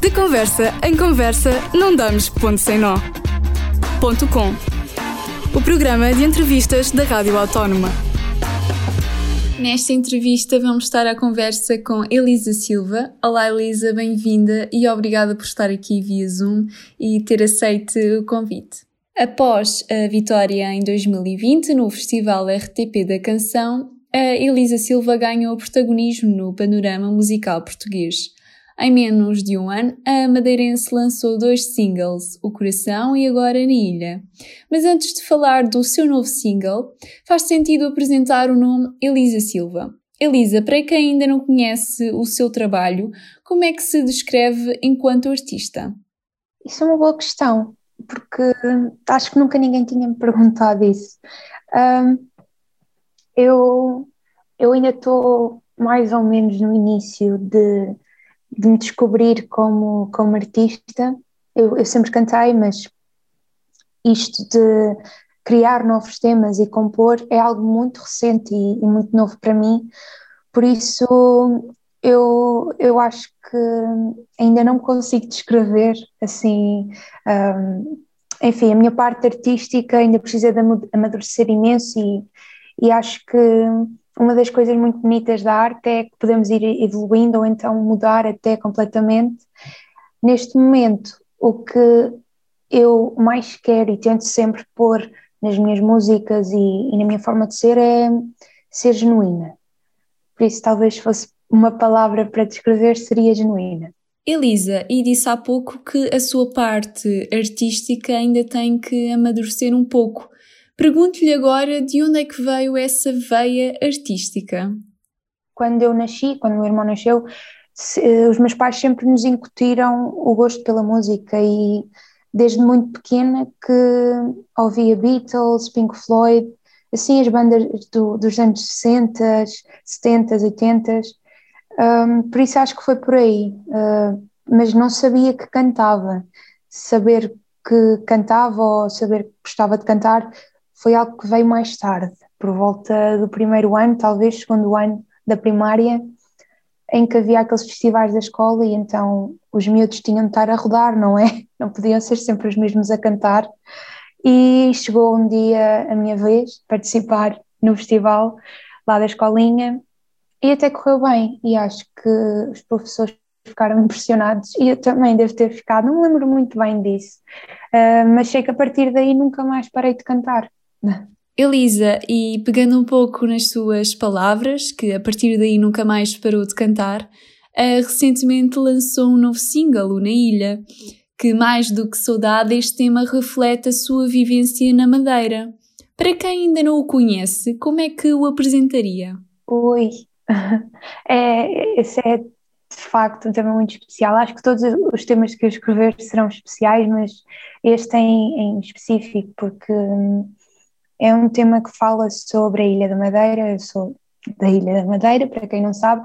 De conversa em conversa, não damos ponto sem nó. Ponto com. O programa de entrevistas da Rádio Autónoma. Nesta entrevista vamos estar à conversa com Elisa Silva. Olá Elisa, bem-vinda e obrigada por estar aqui via Zoom e ter aceito o convite. Após a vitória em 2020 no Festival RTP da Canção, a Elisa Silva ganhou protagonismo no panorama musical português. Em menos de um ano, a madeirense lançou 2 singles, O Coração e Agora na Ilha. Mas antes de falar do seu novo single, faz sentido apresentar o nome Elisa Silva. Elisa, para quem ainda não conhece o seu trabalho, como é que se descreve enquanto artista? Isso é uma boa questão, porque acho que nunca ninguém tinha me perguntado isso. Eu ainda estou mais ou menos no início de me descobrir como artista. Eu sempre cantei, mas isto de criar novos temas e compor é algo muito recente e muito novo para mim. Por isso, eu acho que ainda não consigo descrever assim. Enfim, a minha parte artística ainda precisa de amadurecer imenso e acho que uma das coisas muito bonitas da arte é que podemos ir evoluindo ou então mudar até completamente. Neste momento, o que eu mais quero e tento sempre pôr nas minhas músicas e na minha forma de ser é ser genuína. Por isso, talvez fosse uma palavra para descrever, seria genuína. Elisa, e disse há pouco que a sua parte artística ainda tem que amadurecer um pouco. Pergunto-lhe agora de onde é que veio essa veia artística? Quando eu nasci, quando o meu irmão nasceu, os meus pais sempre nos incutiram o gosto pela música e desde muito pequena que ouvia Beatles, Pink Floyd, assim as bandas dos anos 60, 70, 80. Por isso acho que foi por aí, mas não sabia que cantava. Saber que cantava ou saber que gostava de cantar foi algo que veio mais tarde, por volta do primeiro ano, talvez segundo ano da primária, em que havia aqueles festivais da escola e então os miúdos tinham de estar a rodar, não é? Não podiam ser sempre os mesmos a cantar. E chegou um dia a minha vez de participar no festival lá da escolinha e até correu bem e acho que os professores ficaram impressionados e eu também devo ter ficado, não me lembro muito bem disso, mas sei que a partir daí nunca mais parei de cantar. Elisa, e pegando um pouco nas suas palavras, que a partir daí nunca mais parou de cantar, recentemente lançou um novo single, o Na Ilha, que mais do que saudade, este tema reflete a sua vivência na Madeira. Para quem ainda não o conhece, como é que o apresentaria? Ui, esse é de facto um tema muito especial. Acho que todos os temas que eu escrever serão especiais, mas este em específico, porque é um tema que fala sobre a Ilha da Madeira. Eu sou da Ilha da Madeira, para quem não sabe,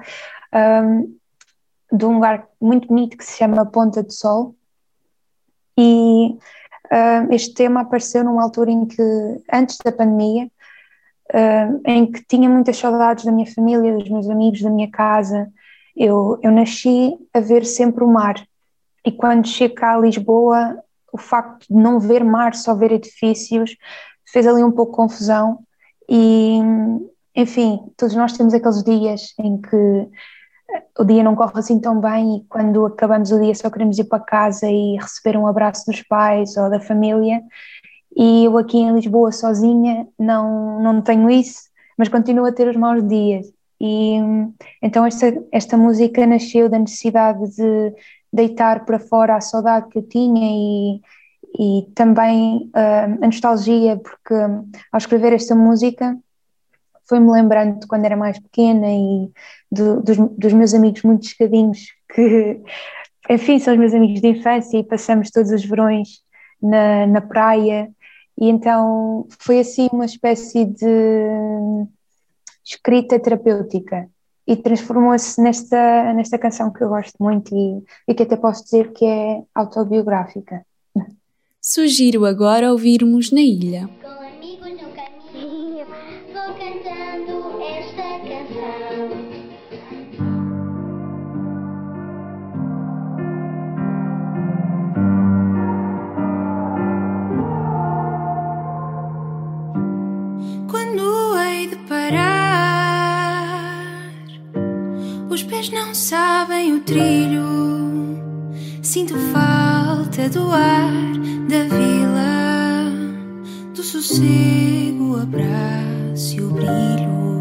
de um lugar muito bonito que se chama Ponta do Sol. E este tema apareceu numa altura em que, antes da pandemia, em que tinha muitas saudades da minha família, dos meus amigos, da minha casa. Eu nasci a ver sempre o mar e quando chego cá a Lisboa, o facto de não ver mar, só ver edifícios, fez ali um pouco confusão e, enfim, todos nós temos aqueles dias em que o dia não corre assim tão bem e quando acabamos o dia só queremos ir para casa e receber um abraço dos pais ou da família. E eu aqui em Lisboa sozinha não tenho isso, mas continuo a ter os maus dias. E então esta música nasceu da necessidade de deitar para fora a saudade que eu tinha e também a nostalgia, porque ao escrever esta música foi-me lembrando de quando era mais pequena e dos meus amigos muito chegadinhos que, enfim, são os meus amigos de infância e passamos todos os verões na praia. E então foi assim uma espécie de escrita terapêutica e transformou-se nesta canção que eu gosto muito e que até posso dizer que é autobiográfica. Sugiro agora ouvirmos Na Ilha. Com amigos no caminho, vou cantando esta canção. não sabem o trilho. Sinto falta do ar da vila, do sossego, o abraço e o brilho,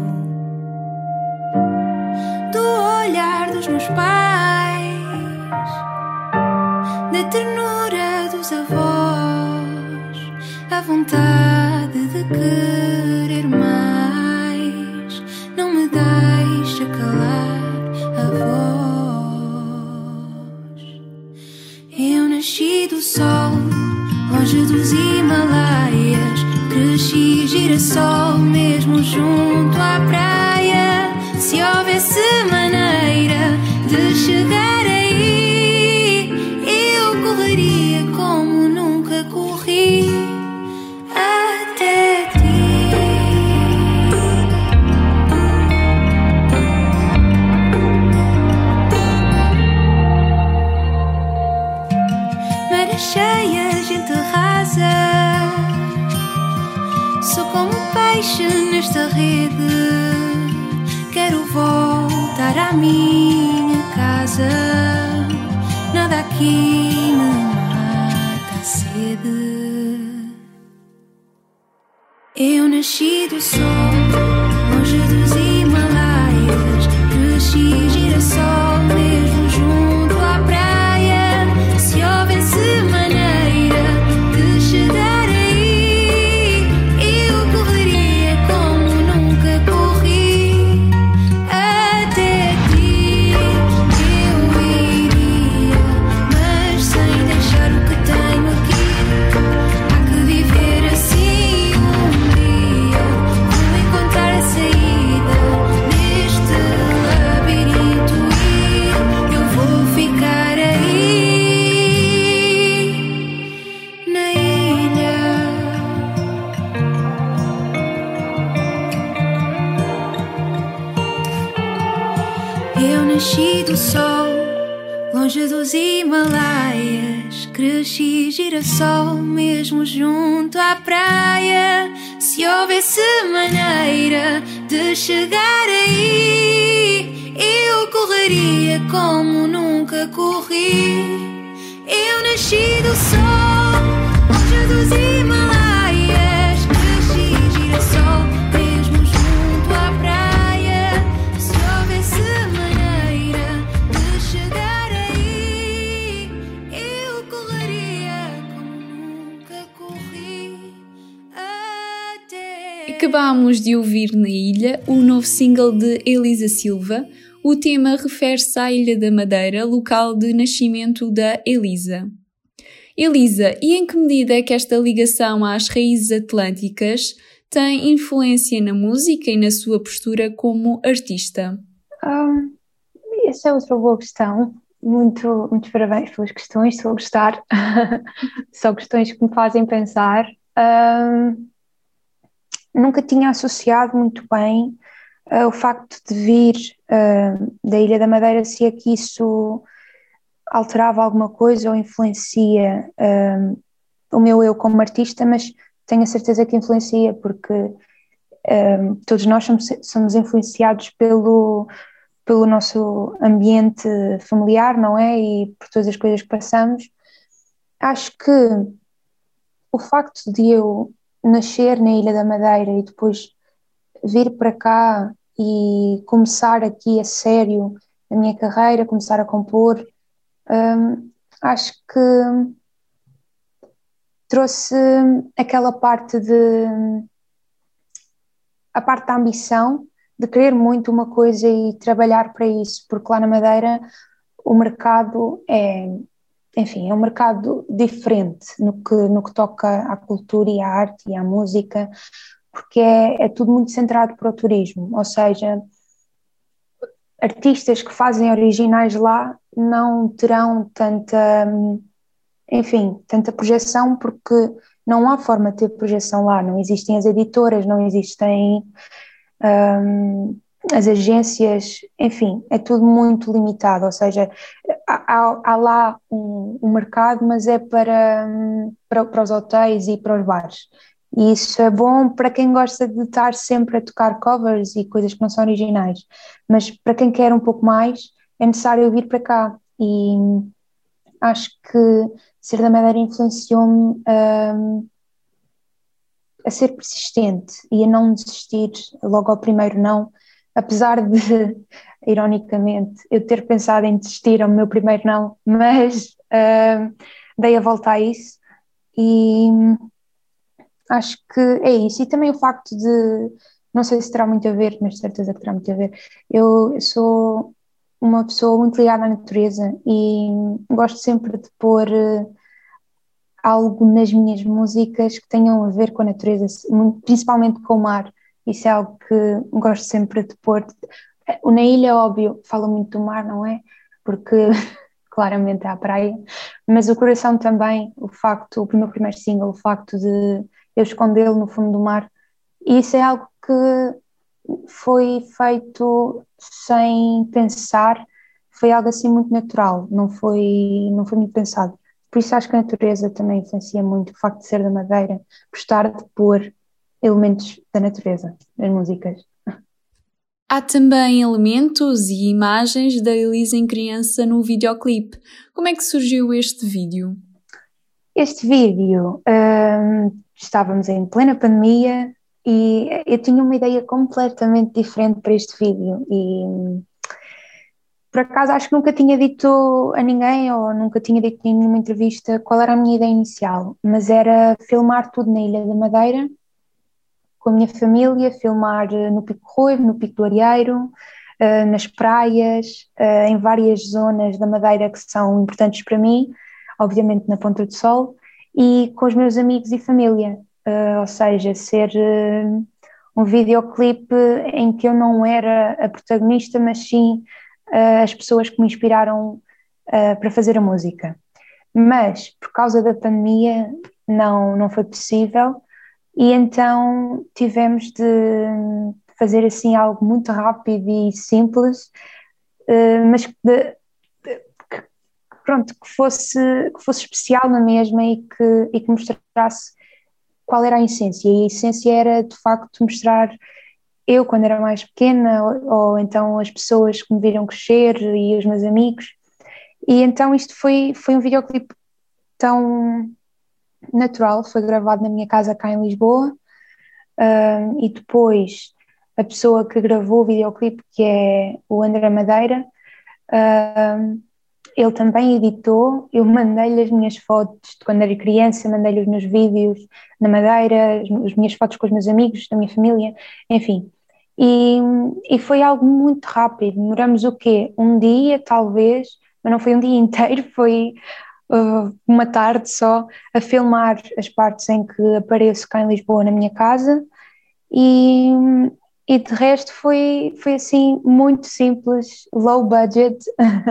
do olhar dos meus pais, da ternura dos avós, a vontade de querer mais não me deixa calar a voz. Eu nasci do sol, longe dos Himalaias, cresci girassol mesmo junto à praia. Se houvesse maneira de chegar aí, eu correria como nunca corri até ti. Maré cheia, gente rasa, sou como peixe nesta rede. Quero voltar à minha casa, nada aqui me mata a sede. Eu nasci do sol, longe dos Himalaias, cresci girassol mesmo junto à praia. Se houvesse maneira de chegar aí, eu correria como nunca corri até ti. Eu iria, mas sem deixar o que tenho aqui. Há que viver assim um dia, vou encontrar a saída neste labirinto e eu vou ficar aí na ilha. Eu nasci do sol, longe dos Himalaias, cresci girassol mesmo junto à praia. Se houvesse maneira de chegar aí, eu correria como nunca corri. Eu nasci do sol, longe dos Himalaias, cresci girassol mesmo junto à praia. Se houvesse maneira de chegar aí, eu correria como nunca corri até. Acabámos de ouvir na Ilha o novo single de Elisa Silva. O tema refere-se à Ilha da Madeira, local de nascimento da Elisa. Elisa, e em que medida é que esta ligação às raízes atlânticas tem influência na música e na sua postura como artista? Essa é outra boa questão. Muitos parabéns pelas questões, estou a gostar. São questões que me fazem pensar. Nunca tinha associado muito bem o facto de vir da Ilha da Madeira, se é que isso alterava alguma coisa ou influencia o meu eu como artista, mas tenho a certeza que influencia, porque todos nós somos influenciados pelo nosso ambiente familiar, não é? E por todas as coisas que passamos. Acho que o facto de eu nascer na Ilha da Madeira e depois vir para cá e começar aqui a sério a minha carreira, começar a compor, acho que trouxe aquela parte a parte da ambição, de querer muito uma coisa e trabalhar para isso, porque lá na Madeira o mercado enfim, é um mercado diferente no que toca à cultura e à arte e à música, porque é tudo muito centrado para o turismo, ou seja, artistas que fazem originais lá não terão tanta projeção, porque não há forma de ter projeção lá, não existem as editoras, não existem as agências, enfim, é tudo muito limitado, ou seja, há lá um mercado, mas é para os hotéis e para os bares. E isso é bom para quem gosta de estar sempre a tocar covers e coisas que não são originais, mas para quem quer um pouco mais, é necessário vir para cá. E acho que ser da Madeira influenciou-me a ser persistente e a não desistir logo ao primeiro não, apesar de, ironicamente, eu ter pensado em desistir ao meu primeiro não, mas dei a volta a isso e acho que é isso. E também o facto de, não sei se terá muito a ver, mas de certeza que terá muito a ver, eu sou uma pessoa muito ligada à natureza e gosto sempre de pôr algo nas minhas músicas que tenham a ver com a natureza, principalmente com o mar. Isso é algo que gosto sempre de pôr. O Na Ilha, óbvio, fala muito do mar, não é? Porque claramente é a praia, mas o Coração também, o meu primeiro single, o facto de eu escondê-lo no fundo do mar, isso é algo que foi feito sem pensar, foi algo assim muito natural, não foi muito pensado. Por isso acho que a natureza também influencia muito, o facto de ser da Madeira, gostar de pôr elementos da natureza nas músicas. Há também elementos e imagens da Elisa em criança no videoclipe. Como é que surgiu este vídeo? Este vídeo, estávamos em plena pandemia e eu tinha uma ideia completamente diferente para este vídeo e por acaso acho que nunca tinha dito a ninguém ou nunca tinha dito em nenhuma entrevista qual era a minha ideia inicial, mas era filmar tudo na Ilha da Madeira, com a minha família, filmar no Pico Ruivo, no Pico do Arieiro, nas praias, em várias zonas da Madeira que são importantes para mim, obviamente na Ponta do Sol, e com os meus amigos e família, ou seja, ser um videoclipe em que eu não era a protagonista, mas sim as pessoas que me inspiraram para fazer a música. Mas, por causa da pandemia, não foi possível e então tivemos de fazer assim algo muito rápido e simples, mas pronto, que fosse especial na mesma e que mostrasse qual era a essência. E a essência era, de facto, mostrar eu quando era mais pequena, ou então as pessoas que me viram crescer e os meus amigos. E então isto foi um videoclipe tão natural, foi gravado na minha casa cá em Lisboa, e depois a pessoa que gravou o videoclipe, que é o André Madeira, ele também editou, eu mandei-lhe as minhas fotos de quando era criança, mandei-lhe os meus vídeos na Madeira, as minhas fotos com os meus amigos, da minha família, enfim. E foi algo muito rápido, demoramos o quê? Um dia, talvez, mas não foi um dia inteiro, foi uma tarde só a filmar as partes em que apareço cá em Lisboa na minha casa e, e de resto foi assim muito simples, low budget,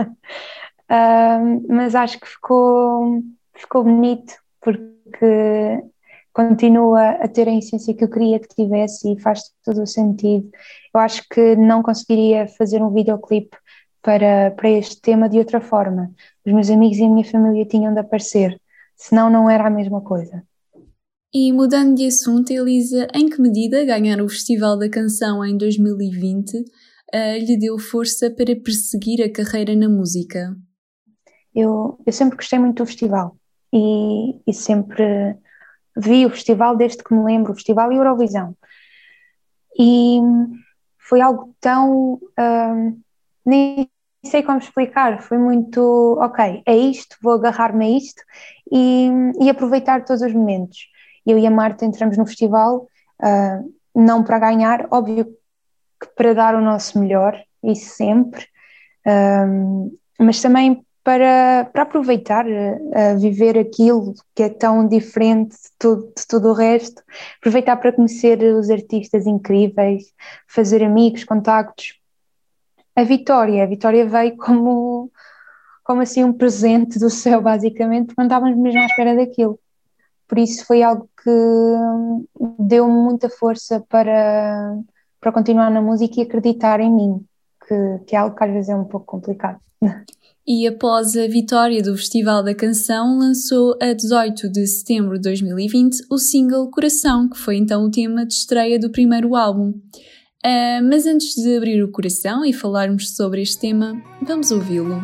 mas acho que ficou bonito porque continua a ter a essência que eu queria que tivesse e faz todo o sentido. Eu acho que não conseguiria fazer um videoclipe para este tema de outra forma. Os meus amigos e a minha família tinham de aparecer, senão não era a mesma coisa. E mudando de assunto, Elisa, em que medida ganhar o Festival da Canção em 2020 lhe deu força para perseguir a carreira na música? Eu sempre gostei muito do festival e sempre vi o festival desde que me lembro, o Festival Eurovisão. E foi algo tão... nem sei como explicar, foi muito, ok, é isto, vou agarrar-me a isto e aproveitar todos os momentos. Eu e a Marta entramos no festival, não para ganhar, óbvio que para dar o nosso melhor, isso sempre, mas também para aproveitar, viver aquilo que é tão diferente de tudo o resto, aproveitar para conhecer os artistas incríveis, fazer amigos, contactos. A Vitória veio como assim um presente do céu, basicamente, porque não estávamos mesmo à espera daquilo. Por isso foi algo que deu-me muita força para continuar na música e acreditar em mim, que é algo que às vezes é um pouco complicado. E após a vitória do Festival da Canção, lançou a 18 de setembro de 2020 o single Coração, que foi então o tema de estreia do primeiro álbum. Mas antes de abrir o coração e falarmos sobre este tema, vamos ouvi-lo.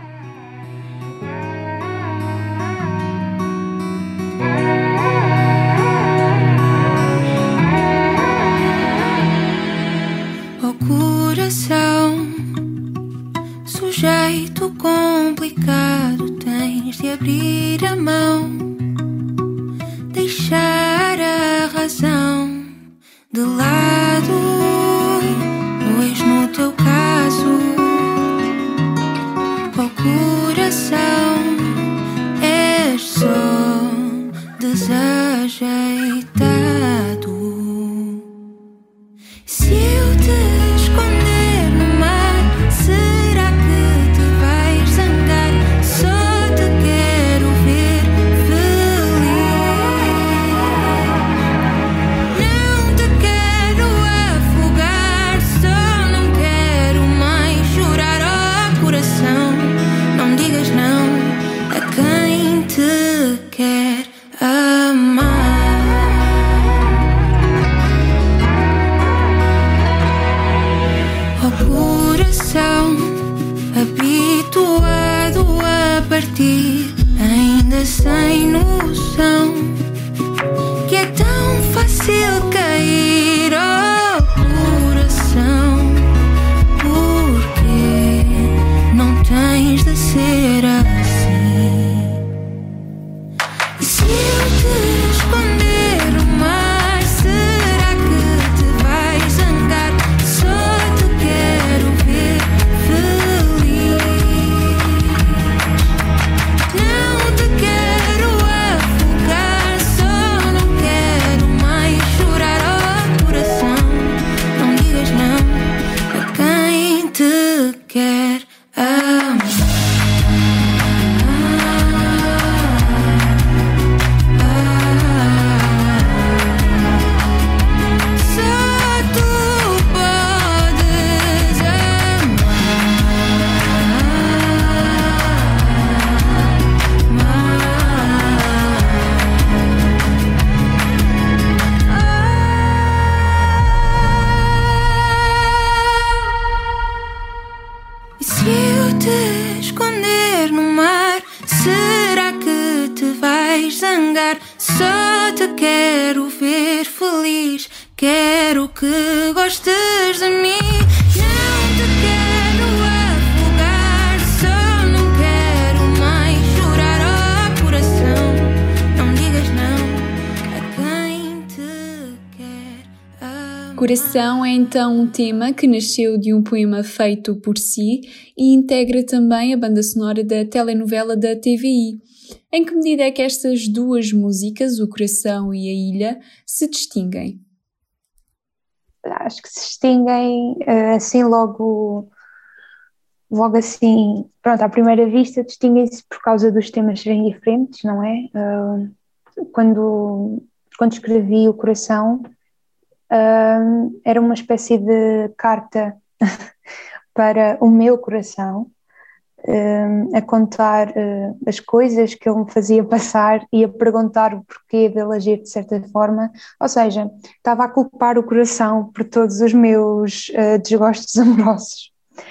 Coração, sujeito complicado, tens de abrir a mão, deixar a razão de lado, pois no teu caso, coração, és só desajeitado. Se eu te esconder no mar, será que te vais zangar? Só te quero ver feliz. Não te quero afogar, só não quero mais chorar. Oh, coração, não digas não a quem te quer amar. Coração, habituado a partir, ainda sem noção, que é tão fácil cair. Oh, coração, porquê não tens de ser assim? Se eu te esconder no mar, será que te vais zangar? Só te quero ver feliz. Não te quero afogar, só não quero mais chorar. Oh, coração, não digas não a quem te quer amar. Só tu podes amar. E se eu te esconder no mar, será que te vais zangar? Só te quero ver feliz, quero que gostes de mim. Não te quero afogar, só não quero mais chorar. Oh, coração, não digas não a quem te quer amar. Coração é então um tema que nasceu de um poema feito por si e integra também a banda sonora da telenovela da TVI. Em que medida é que estas duas músicas, O Coração e A Ilha, se distinguem? Acho que se distinguem assim logo assim, pronto, à primeira vista distinguem-se por causa dos temas serem diferentes, não é? Quando escrevi O Coração, era uma espécie de carta para o meu coração, a contar as coisas que ele me fazia passar e a perguntar o porquê dele agir de certa forma, ou seja, estava a culpar o coração por todos os meus desgostos amorosos.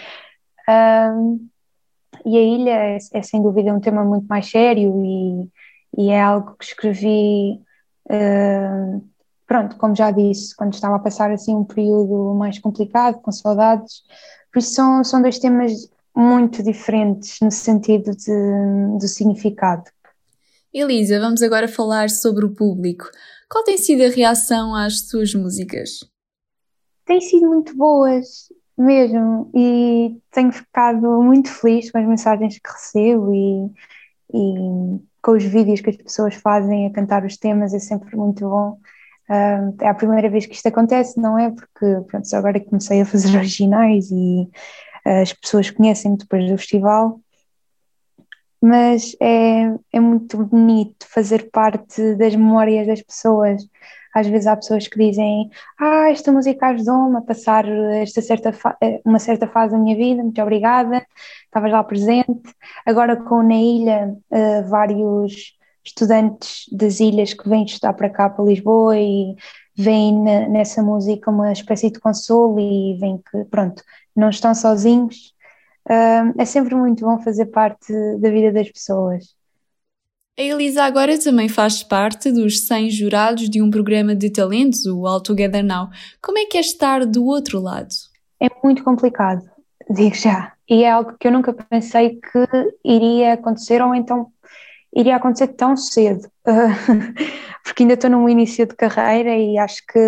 E a ilha é sem dúvida um tema muito mais sério e é algo que escrevi, pronto, como já disse, quando estava a passar assim um período mais complicado, com saudades, por isso são dois temas muito diferentes no sentido do significado. Elisa, vamos agora falar sobre o público. Qual tem sido a reação às suas músicas? Têm sido muito boas mesmo e tenho ficado muito feliz com as mensagens que recebo e com os vídeos que as pessoas fazem a cantar os temas, é sempre muito bom. É a primeira vez que isto acontece, não é? Porque pronto, só agora que comecei a fazer originais e as pessoas conhecem-me depois do festival, mas é muito bonito fazer parte das memórias das pessoas. Às vezes há pessoas que dizem: esta música ajudou-me a passar uma certa fase da minha vida, muito obrigada, estavas lá presente. Agora com Na Ilha, vários estudantes das ilhas que vêm estudar para cá, para Lisboa, e veem nessa música uma espécie de consolo e veem que, pronto, não estão sozinhos. É sempre muito bom fazer parte da vida das pessoas. A Elisa agora também faz parte dos 100 jurados de um programa de talentos, o All Together Now. Como é que é estar do outro lado? É muito complicado, digo já. E é algo que eu nunca pensei que iria acontecer, ou então iria acontecer tão cedo. Porque ainda estou no início de carreira e acho que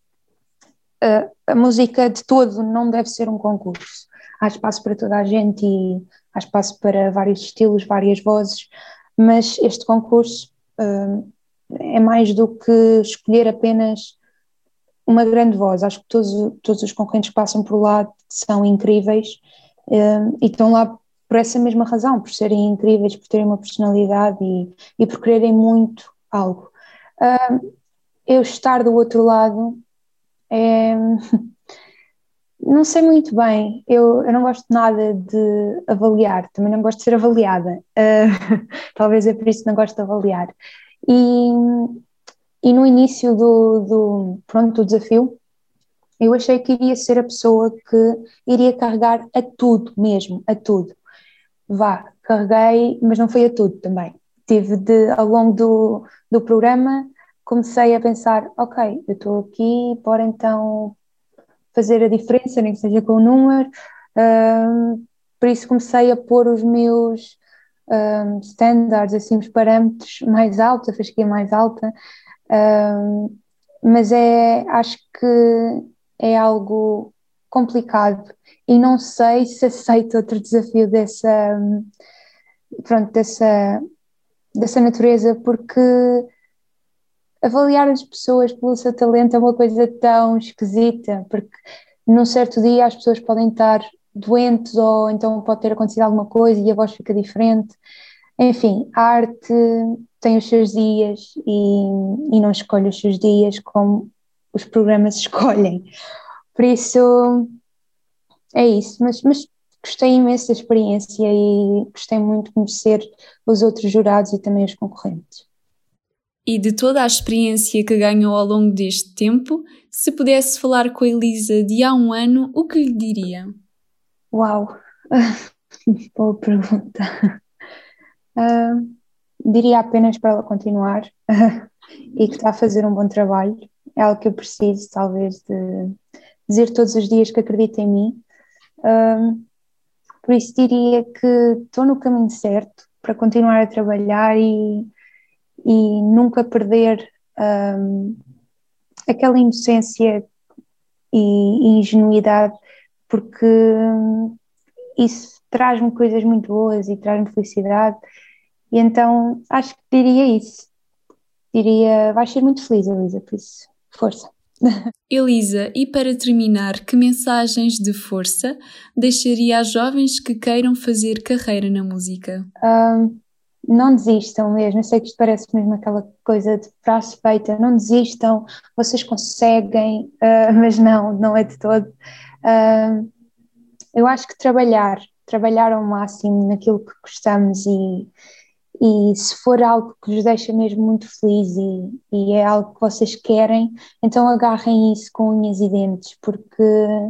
a música de todo não deve ser um concurso. Há espaço para toda a gente e há espaço para vários estilos, várias vozes, mas este concurso é mais do que escolher apenas uma grande voz. Acho que todos os concorrentes que passam por lá são incríveis e estão lá por essa mesma razão, por serem incríveis, por terem uma personalidade e por quererem muito algo. Eu estar do outro lado não sei muito bem, eu não gosto nada de avaliar, também não gosto de ser avaliada, talvez é por isso que não gosto de avaliar. E no início do desafio, eu achei que iria ser a pessoa que iria carregar a tudo mesmo, a tudo. Carreguei, mas não foi a tudo também. Ao longo do programa, comecei a pensar, ok, eu estou aqui, bora então fazer a diferença, nem que seja com o número, por isso comecei a pôr os meus standards, assim, os parâmetros mais altos, a fasquia mais alta, mas acho que é algo complicado e não sei se aceito outro desafio dessa natureza, porque avaliar as pessoas pelo seu talento é uma coisa tão esquisita, porque num certo dia as pessoas podem estar doentes ou então pode ter acontecido alguma coisa e a voz fica diferente. Enfim, a arte tem os seus dias e não escolhe os seus dias como os programas escolhem. Por isso, é isso. Mas gostei imenso da experiência e gostei muito de conhecer os outros jurados e também os concorrentes. E de toda a experiência que ganhou ao longo deste tempo, se pudesse falar com a Elisa de há um ano, o que lhe diria? Uau, boa pergunta. Diria apenas para ela continuar e que está a fazer um bom trabalho. É algo que eu preciso, talvez, de dizer todos os dias que acredita em mim. Por isso diria que estou no caminho certo para continuar a trabalhar e nunca perder aquela inocência e ingenuidade, porque isso traz-me coisas muito boas e traz-me felicidade, e então acho que diria isso. Diria, vais ser muito feliz, Elisa, por isso, força. Elisa, e para terminar, que mensagens de força deixaria às jovens que queiram fazer carreira na música? Não desistam mesmo, eu sei que isto parece mesmo aquela coisa de frase feita, não desistam, vocês conseguem, mas não é de todo. Eu acho que trabalhar ao máximo naquilo que gostamos e se for algo que vos deixa mesmo muito feliz e é algo que vocês querem, então agarrem isso com unhas e dentes, porque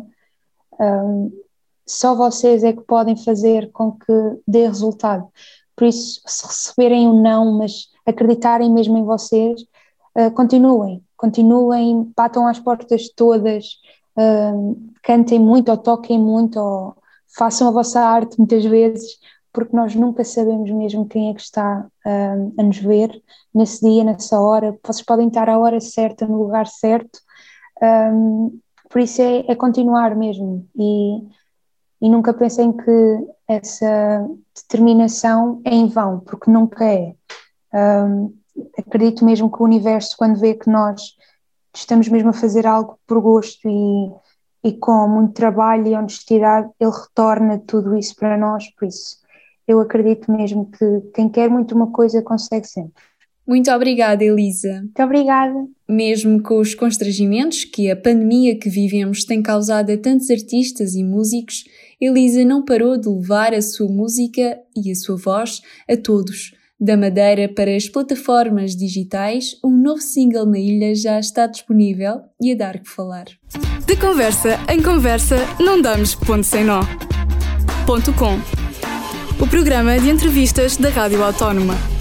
só vocês é que podem fazer com que dê resultado. Por isso, se receberem um não, mas acreditarem mesmo em vocês, continuem, batam às portas todas, cantem muito ou toquem muito ou façam a vossa arte muitas vezes, porque nós nunca sabemos mesmo quem é que está a nos ver nesse dia, nessa hora. Vocês podem estar à hora certa, no lugar certo, por isso é continuar mesmo e nunca pensem que essa determinação é em vão, porque nunca é. Acredito mesmo que o universo, quando vê que nós estamos mesmo a fazer algo por gosto e com muito trabalho e honestidade, ele retorna tudo isso para nós, por isso eu acredito mesmo que quem quer muito uma coisa consegue sempre. Muito obrigada, Elisa. Muito obrigada. Mesmo com os constrangimentos que a pandemia que vivemos tem causado a tantos artistas e músicos, Elisa não parou de levar a sua música e a sua voz a todos, Da Madeira para as plataformas digitais, um novo single na ilha já está disponível e a dar que falar. De conversa em conversa, não damos ponto sem nó. Ponto com. O programa de entrevistas da Rádio Autónoma.